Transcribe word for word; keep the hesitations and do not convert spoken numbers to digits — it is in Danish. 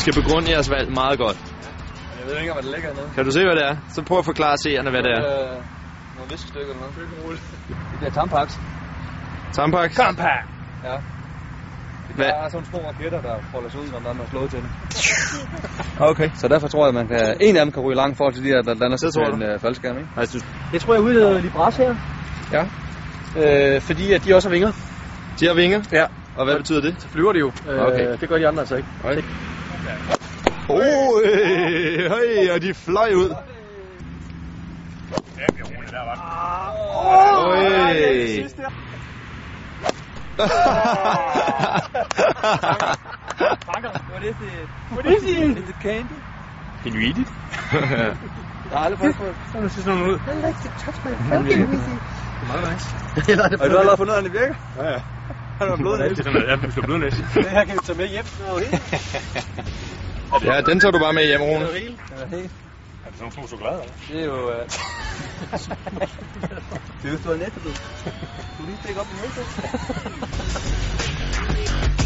skal begrunde jeres valg meget godt. Jeg ved ikke, hvad der ligger hernede. Kan du se, hvad det er? Så prøv at forklare seerne, hvad det er. Øh, nogle viskestykker eller noget. Det bliver Tampax. Tampax? Tampax! Ja. Hvad? Der er sådan små raketter, der folder sig ud, når man har slået til det. Okay. Så derfor tror jeg, at man kan, en af dem kan ryge langt forhold til de her, der lander sig til en øh, faldskærm, ikke? Altså, du... Jeg tror, jeg udleder Libras her. Ja. Øh, fordi at de også har vinger. De har vinger? Ja. Og hvad betyder det? Så flyver de jo. Okay. Øh, det gør de andre altså ikke. Okay. Åh, oh, hey, hey, og de fløj ud. Ja, vi ruller der, var. Åh, hey. What is it? What is it? Is it candy? Can you eat it? Jeg har aldrig prøvet på det. Sådan ser sådan ud. I like to touch my funky wizzy. Det er meget nice. Har du allerede fundet ud af, at det virker? Ja, ja. Har du blodnæse? Det er sådan, at jeg slår blodnæse. Det her kan vi tage med hjem. Ja, den tager du bare med hjem, Rune. Det er helt. Er det sådan nogle små chokolade, eller? Det er jo... Uh... det er jo stået næste, du. Du lige stikke op i næste.